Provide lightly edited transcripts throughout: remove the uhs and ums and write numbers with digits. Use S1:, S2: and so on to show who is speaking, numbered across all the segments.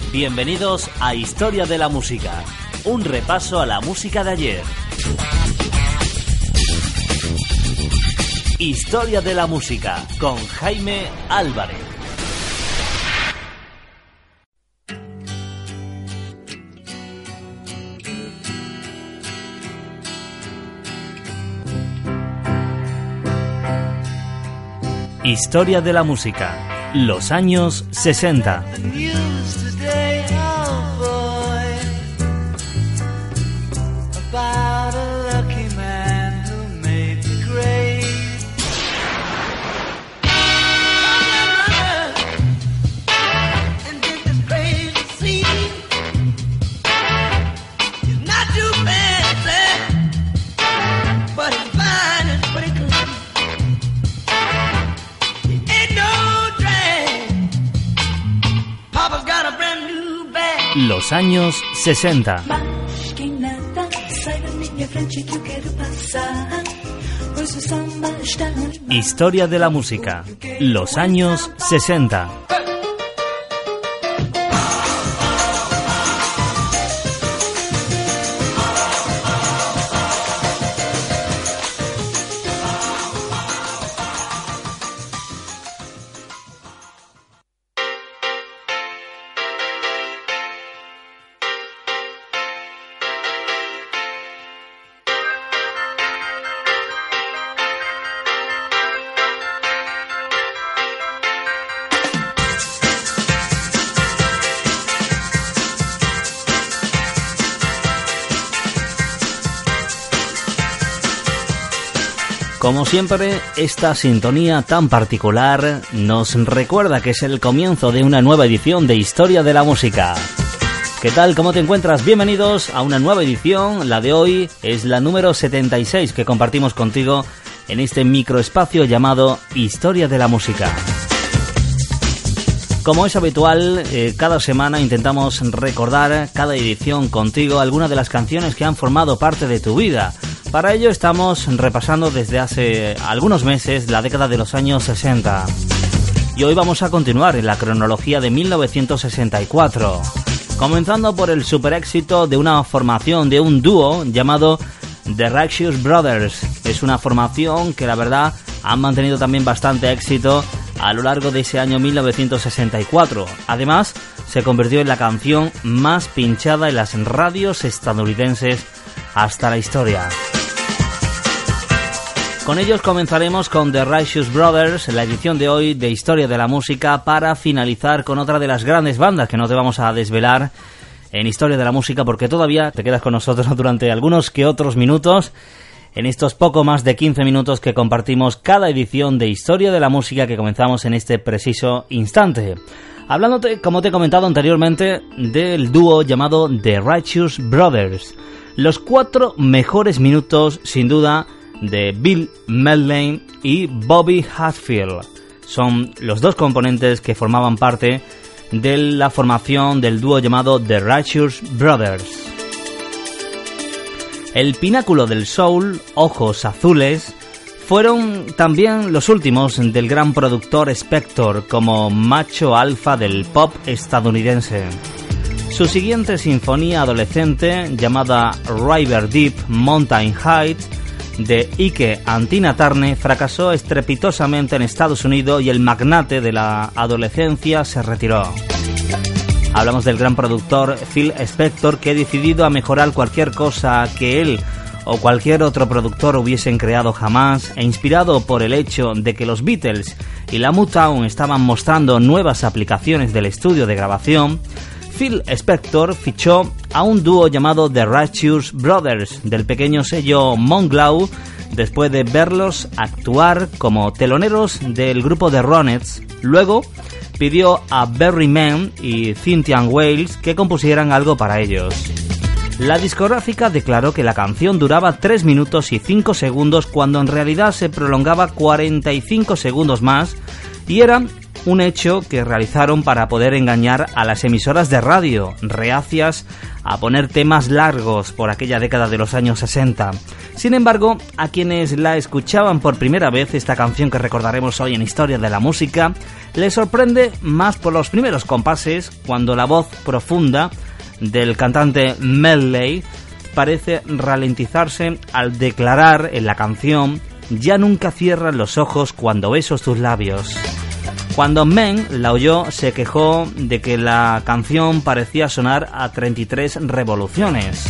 S1: Bienvenidos a Historia de la Música, un repaso a la música de ayer. Historia de la Música con Jaime Álvarez. Historia de la Música, los años 60. Los años 60. Historia de la Música, los años 60. Como siempre, esta sintonía tan particular nos recuerda que es el comienzo de una nueva edición de Historia de la Música. ¿Qué tal? ¿Cómo te encuentras? Bienvenidos a una nueva edición. La de hoy es la número 76 que compartimos contigo en este microespacio llamado Historia de la Música. Como es habitual, cada semana intentamos recordar cada edición contigo algunas de las canciones que han formado parte de tu vida. Para ello estamos repasando desde hace algunos meses la década de los años 60. Y hoy vamos a continuar en la cronología de 1964, comenzando por el super éxito de una formación de un dúo llamado The Righteous Brothers. Es una formación que la verdad han mantenido también bastante éxito a lo largo de ese año 1964. Además, se convirtió en la canción más pinchada en las radios estadounidenses hasta la historia. Con ellos comenzaremos con The Righteous Brothers, la edición de hoy de Historia de la Música, para finalizar con otra de las grandes bandas que no te vamos a desvelar en Historia de la Música, porque todavía te quedas con nosotros durante algunos que otros minutos, en estos poco más de 15 minutos que compartimos cada edición de Historia de la Música que comenzamos en este preciso instante. Hablándote, como te he comentado anteriormente, del dúo llamado The Righteous Brothers. Los 4 mejores minutos, sin duda, de Bill Medley y Bobby Hatfield. Son los dos componentes que formaban parte de la formación del dúo llamado The Righteous Brothers. El pináculo del soul, Ojos Azules, fueron también los últimos del gran productor Spector como macho alfa del pop estadounidense. Su siguiente sinfonía adolescente, llamada River Deep Mountain Height, de Ike and Tina Turner, fracasó estrepitosamente en Estados Unidos y el magnate de la adolescencia se retiró. Hablamos del gran productor Phil Spector, que ha decidido a mejorar cualquier cosa que él o cualquier otro productor hubiesen creado jamás, e inspirado por el hecho de que los Beatles y la Motown estaban mostrando nuevas aplicaciones del estudio de grabación, Phil Spector fichó a un dúo llamado The Righteous Brothers del pequeño sello Moonglow después de verlos actuar como teloneros del grupo The Ronettes. Luego pidió a Barry Mann y Cynthia Wales que compusieran algo para ellos. La discográfica declaró que la canción duraba 3 minutos y 5 segundos cuando en realidad se prolongaba 45 segundos más, y era un hecho que realizaron para poder engañar a las emisoras de radio, reacias a poner temas largos por aquella década de los años 60. Sin embargo, a quienes la escuchaban por primera vez, esta canción que recordaremos hoy en Historia de la Música, les sorprende más por los primeros compases, cuando la voz profunda del cantante Medley parece ralentizarse al declarar en la canción: ya nunca cierran los ojos cuando beso tus labios. Cuando Men la oyó, se quejó de que la canción parecía sonar a 33 revoluciones.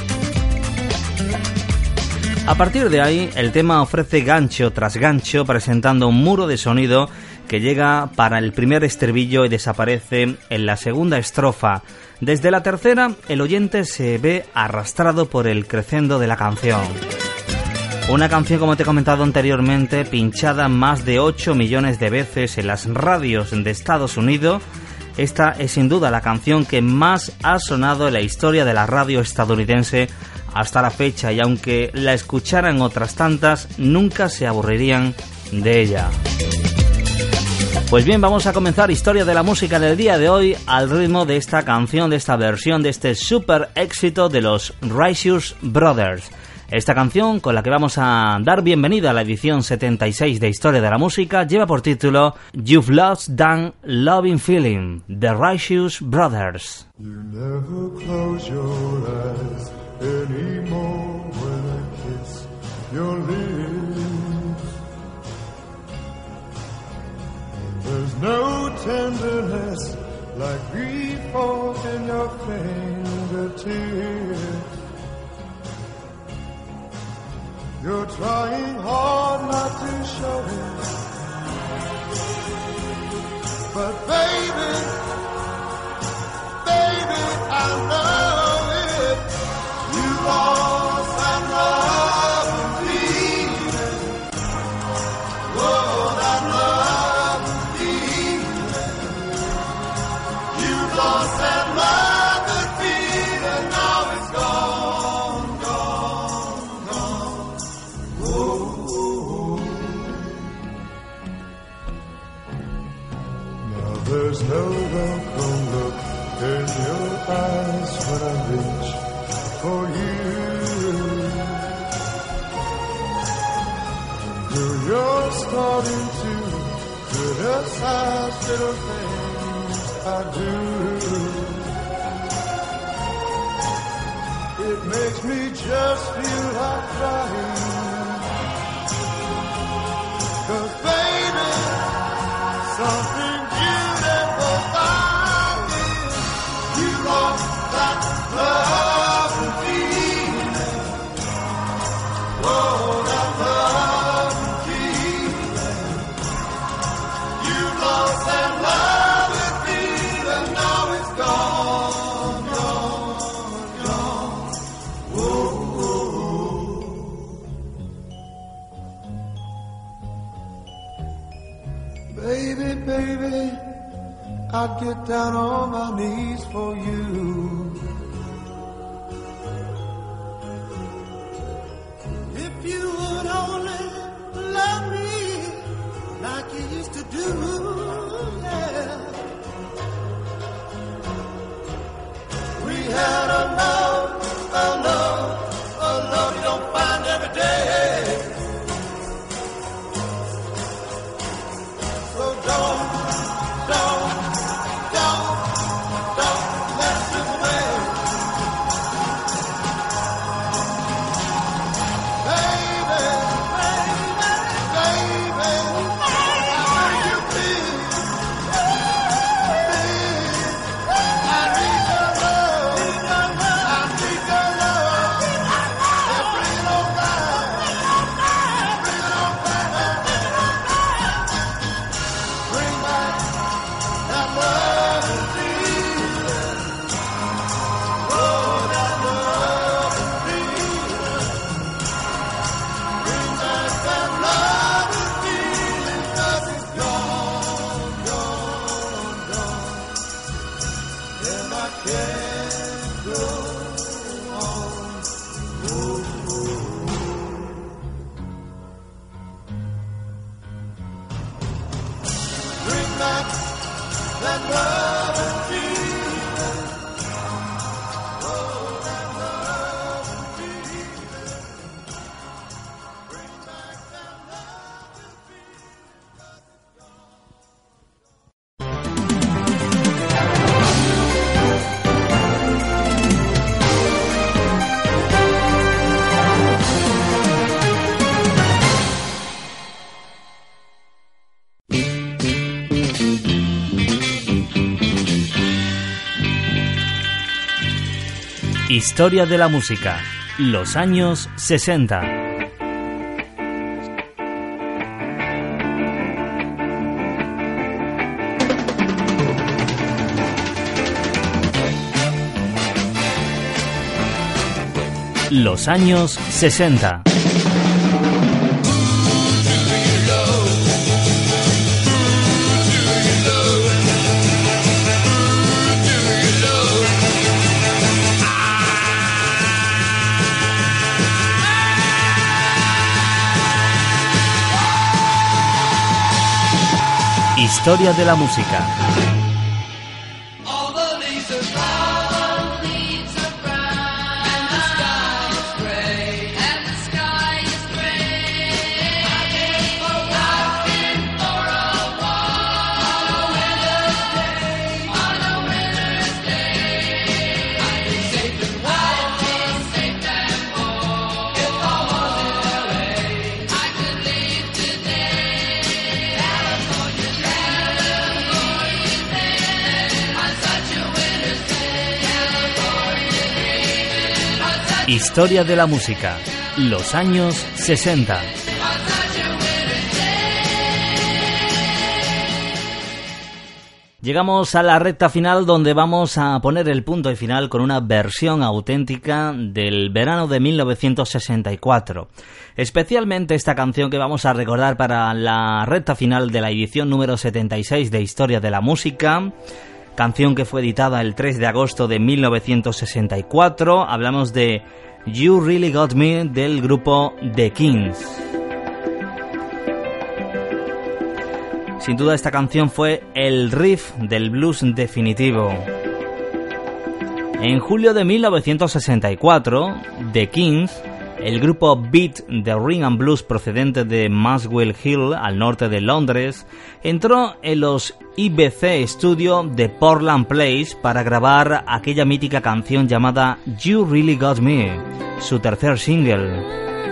S1: A partir de ahí, el tema ofrece gancho tras gancho, presentando un muro de sonido que llega para el primer estribillo y desaparece en la segunda estrofa. Desde la tercera, el oyente se ve arrastrado por el crescendo de la canción. Una canción, como te he comentado anteriormente, pinchada más de 8 millones de veces en las radios de Estados Unidos. Esta es sin duda la canción que más ha sonado en la historia de la radio estadounidense hasta la fecha, y aunque la escucharan otras tantas, nunca se aburrirían de ella. Pues bien, vamos a comenzar Historia de la Música del día de hoy al ritmo de esta canción, de esta versión, de este super éxito de los Righteous Brothers. Esta canción, con la que vamos a dar bienvenida a la edición 76 de Historia de la Música, lleva por título You've Lost That Loving Feeling, The Righteous Brothers.
S2: You never close your eyes anymore when I kiss your lips. There's no tenderness like before in your fingertips. You're trying hard not to show it, but baby, I know it. You lost that love and feeling. Oh, that love and feeling. You lost that love and feeling. Now it's gone, gone, gone. Oh. Now there's no welcome look in your eyes when I reach for you. You're starting to criticize little things I do. It makes me just feel like crying. 'Cause baby, something beautiful about it. You lost that love and feeling. Oh, that love and feeling. You lost that love and feeling. Now it's gone, gone, gone. Oh, oh, oh. Baby, baby, I'd get down on my knees for you. If you would only love me like you used to do, yeah. We had a love you don't find every day. So don't let it slip away. Baby, how do you feel?
S1: Historia de la música, los años 60. Los años 60. Historia de la música. Historia de la música, los años 60. Llegamos a la recta final, donde vamos a poner el punto y final con una versión auténtica del verano de 1964. Especialmente esta canción que vamos a recordar para la recta final de la edición número 76 de Historia de la música. Canción que fue editada el 3 de agosto de 1964. Hablamos de You Really Got Me del grupo The Kings. Sin duda esta canción fue el riff del blues definitivo. En julio de 1964, The Kings, el grupo beat de Rhythm and Blues procedente de Muswell Hill, al norte de Londres, entró en los IBC Studio de Portland Place para grabar aquella mítica canción llamada You Really Got Me, su tercer single.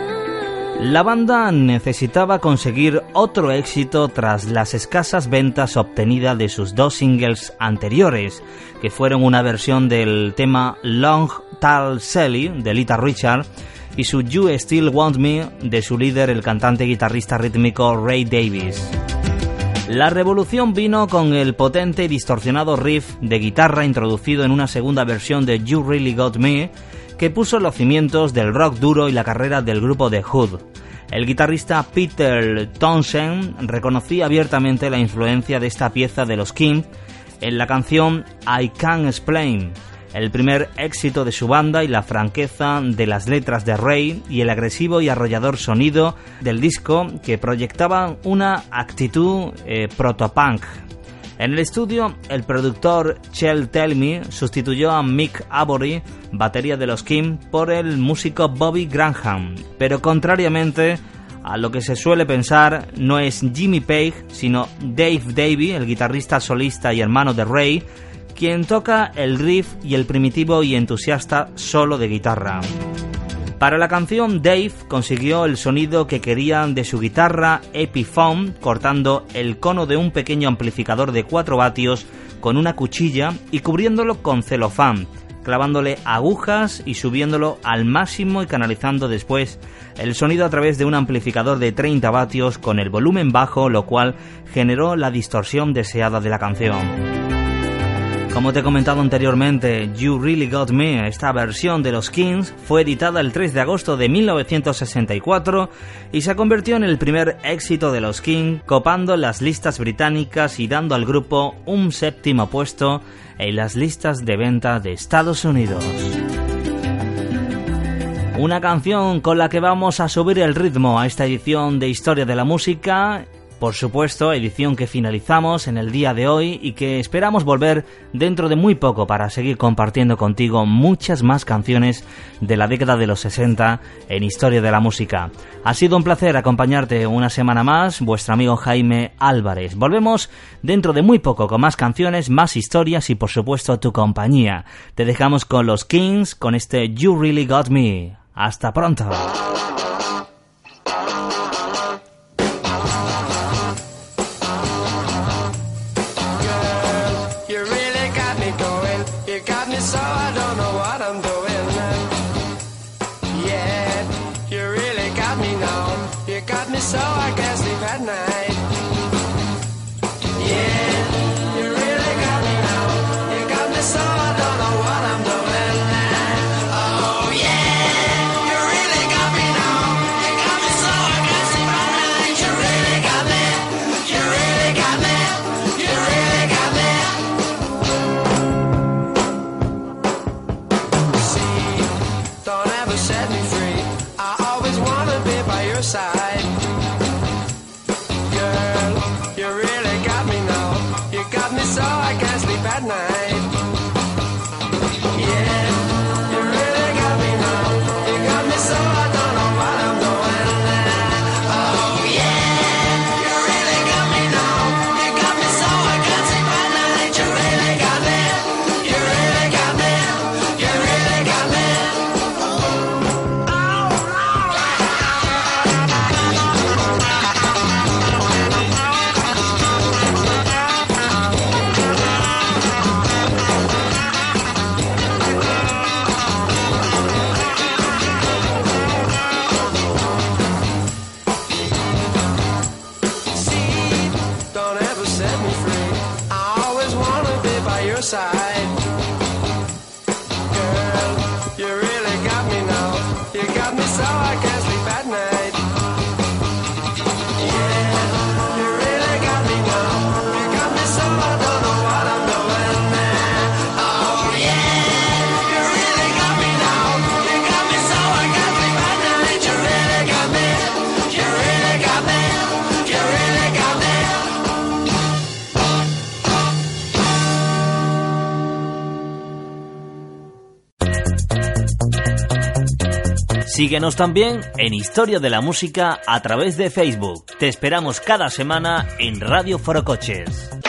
S1: La banda necesitaba conseguir otro éxito tras las escasas ventas obtenidas de sus dos singles anteriores, que fueron una versión del tema Long Tall Sally de Little Richard y su You Still Want Me de su líder, el cantante y guitarrista rítmico Ray Davies. La revolución vino con el potente y distorsionado riff de guitarra introducido en una segunda versión de You Really Got Me, que puso los cimientos del rock duro y la carrera del grupo The Hood. El guitarrista Peter Townshend reconocía abiertamente la influencia de esta pieza de los Kings en la canción I Can't Explain, el primer éxito de su banda, y la franqueza de las letras de Ray y el agresivo y arrollador sonido del disco, que proyectaban una actitud protopunk. En el estudio, el productor Chell Telmy sustituyó a Mick Avory, batería de los Kings, por el músico Bobby Graham, pero contrariamente a lo que se suele pensar, no es Jimmy Page, sino Dave Davey, el guitarrista solista y hermano de Ray, quien toca el riff y el primitivo y entusiasta solo de guitarra. Para la canción, Dave consiguió el sonido que querían de su guitarra Epiphone, cortando el cono de un pequeño amplificador de 4 vatios con una cuchilla y cubriéndolo con celofán, clavándole agujas y subiéndolo al máximo y canalizando después el sonido a través de un amplificador de 30 vatios con el volumen bajo, lo cual generó la distorsión deseada de la canción. Como te he comentado anteriormente, You Really Got Me, esta versión de los Kings, fue editada el 3 de agosto de 1964 y se convirtió en el primer éxito de los Kings, copando las listas británicas y dando al grupo un 7º puesto en las listas de venta de Estados Unidos. Una canción con la que vamos a subir el ritmo a esta edición de Historia de la Música. Por supuesto, edición que finalizamos en el día de hoy y que esperamos volver dentro de muy poco para seguir compartiendo contigo muchas más canciones de la década de los 60 en Historia de la Música. Ha sido un placer acompañarte una semana más, vuestro amigo Jaime Álvarez. Volvemos dentro de muy poco con más canciones, más historias y por supuesto tu compañía. Te dejamos con los Kings, con este You Really Got Me. Hasta pronto.
S3: So I don't know what I'm doing. got me now. You got me so I can't sleep at night. Yeah, you really got me now. You got me so I don't know what I'm doing. Oh yeah, you really got me now. You got me so I can't sleep at night. You really got me. You really got me. You really got me. See, don't ever set me free. I always wanna be by your side. Girl, you really got me now. You got me so I can't sleep at night. Yeah, you really got me now. You got me so I don't know what I'm doing. Oh yeah, you really got me now. You got me so I can't sleep at night. You really got me. You really got me. You really got me. See, don't ever set me free. I always wanna be by your side. Girl, you really got me now. You got me so I can't sleep at night. Yeah, you really got me now. You got me so I don't know what I'm doing. Oh yeah, you really got me now. You got me so I can't sleep at night. You really got me. You really got me. You really got me.
S1: Síguenos también en Historia de la Música a través de Facebook. Te esperamos cada semana en Radio Forocoches.